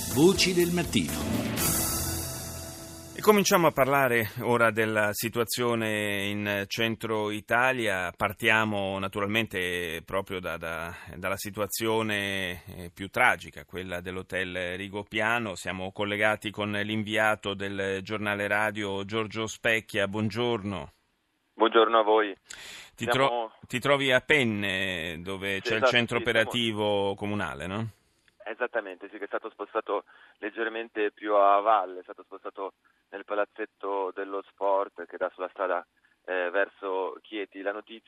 Voci del mattino. E cominciamo a parlare ora della situazione in centro Italia. Partiamo naturalmente proprio dalla situazione più tragica, quella dell'hotel Rigopiano. Siamo collegati con l'inviato del giornale radio Giorgio Specchia. Buongiorno. Buongiorno a voi. Ti trovi a Penne, dove c'è il centro operativo comunale, no? Esattamente, sì, che è stato spostato leggermente più a valle, è stato spostato nel palazzetto dello sport che dà sulla strada verso Chieti.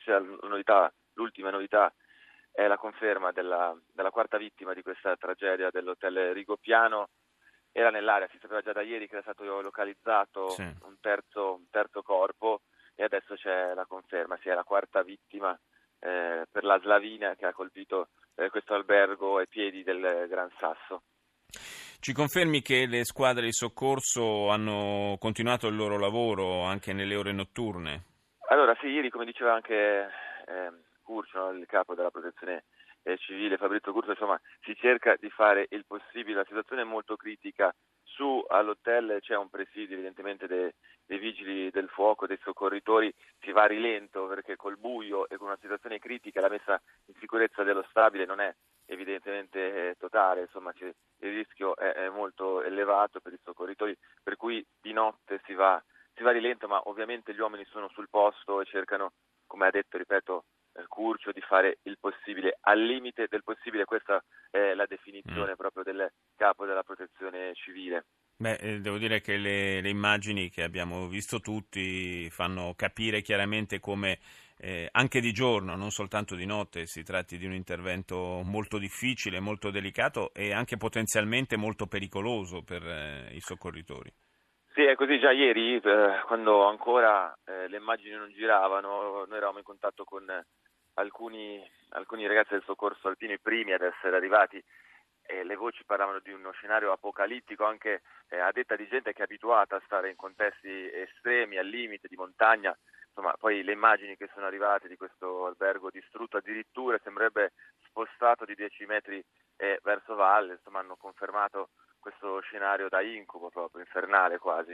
L'ultima novità è la conferma della quarta vittima di questa tragedia dell'hotel Rigopiano. Era nell'area, si sapeva già da ieri che era stato localizzato un terzo corpo e adesso c'è la conferma, è la quarta vittima per la slavina che ha colpito questo albergo ai piedi del Gran Sasso. Ci confermi che le squadre di soccorso hanno continuato il loro lavoro anche nelle ore notturne? Allora sì, ieri, come diceva anche Curcio, il capo della protezione civile, Fabrizio Curcio, insomma, si cerca di fare il possibile. La situazione è molto critica. Su all'hotel c'è un presidio evidentemente dei vigili del fuoco, dei soccorritori. Si va a rilento perché col buio e con una situazione critica la messa in sicurezza dello stabile non è evidentemente totale, insomma il rischio è molto elevato per i soccorritori, per cui di notte si va a rilento, ma ovviamente gli uomini sono sul posto e cercano, come ha detto, ripeto, Curcio, di fare il possibile, al limite del possibile. Questa è la definizione proprio del capo della protezione civile. Devo dire che le immagini che abbiamo visto tutti fanno capire chiaramente come anche di giorno, non soltanto di notte, si tratti di un intervento molto difficile, molto delicato e anche potenzialmente molto pericoloso per i soccorritori. Sì, è così. Già ieri, quando ancora le immagini non giravano, noi eravamo in contatto con alcuni ragazzi del soccorso alpino, i primi ad essere arrivati, e le voci parlavano di uno scenario apocalittico, anche a detta di gente che è abituata a stare in contesti estremi, al limite, di montagna. Insomma, poi le immagini che sono arrivate di questo albergo distrutto, addirittura sembrerebbe spostato di 10 metri verso valle, insomma hanno confermato questo scenario da incubo proprio, infernale quasi.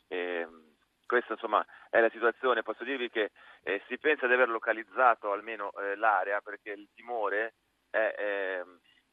Questa insomma è la situazione. Posso dirvi che si pensa di aver localizzato almeno l'area, perché il timore è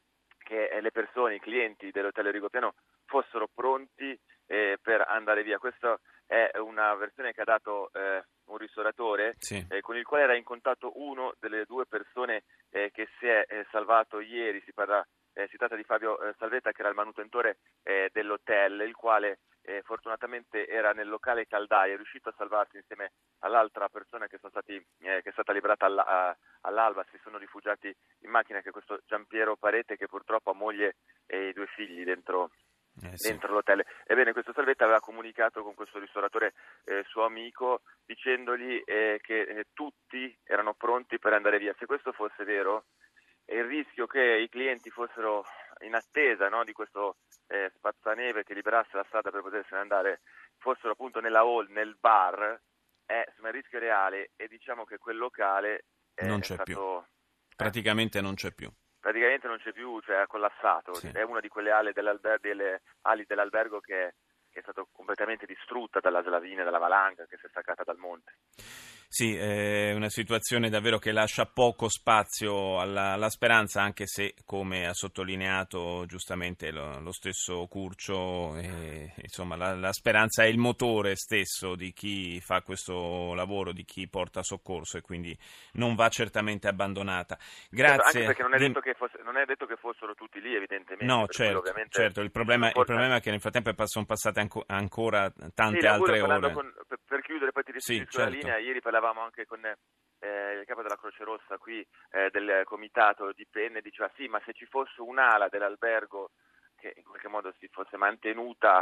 che le persone, i clienti dell'hotel Rigopiano fossero pronti per andare via. Questa è una versione che ha dato un ristoratore, sì, con il quale era in contatto uno delle due persone che si è salvato ieri. Si tratta di Fabio Salvetta, che era il manutentore dell'hotel, il quale fortunatamente era nel locale caldaia, è riuscito a salvarsi insieme all'altra persona che è stata liberata all'alba. Si sono rifugiati in macchina, che è questo Giampiero Parete, che purtroppo ha moglie e i 2 figli dentro l'hotel. Ebbene, questo Salvetta aveva comunicato con questo ristoratore suo amico, dicendogli che tutti erano pronti per andare via. Se questo fosse vero, il rischio che i clienti fossero in attesa, no, di questo spazzaneve che liberasse la strada per potersene andare, fossero appunto nella hall, nel bar, insomma il rischio è reale, e diciamo che quel locale non c'è più. Praticamente non c'è più. Praticamente non c'è più, cioè ha collassato. Sì. È una di quelle delle ali dell'albergo che è stata completamente distrutta dalla slavina, dalla valanga che si è staccata dal monte. Sì, è una situazione davvero che lascia poco spazio alla speranza, anche se, come ha sottolineato giustamente lo stesso Curcio, insomma la speranza è il motore stesso di chi fa questo lavoro, di chi porta soccorso, e quindi non va certamente abbandonata. Grazie. Anche perché non è detto che fossero tutti lì, evidentemente. No, certo. Il problema è che nel frattempo sono passate ancora tante altre ore. Per chiudere, poi ti restituisco la linea. Ieri parlavamo anche con il capo della Croce Rossa qui del comitato di Penne, diceva sì, ma se ci fosse un'ala dell'albergo che in qualche modo si fosse mantenuta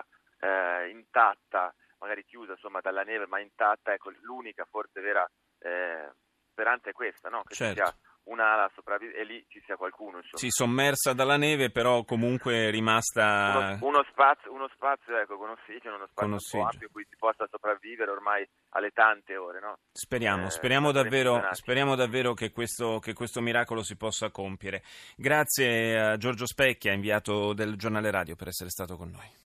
intatta, magari chiusa insomma dalla neve ma intatta, ecco, l'unica forse vera speranza è questa, no? Che ci sia un'ala e lì ci sia qualcuno, insomma. Sì, sommersa dalla neve, però comunque rimasta Uno spazio, ecco, con ossigeno, uno spazio un po' ampio in cui si possa sopravvivere ormai alle tante ore, no? Speriamo davvero che questo miracolo si possa compiere. Grazie a Giorgio Specchia, inviato del Giornale Radio, per essere stato con noi.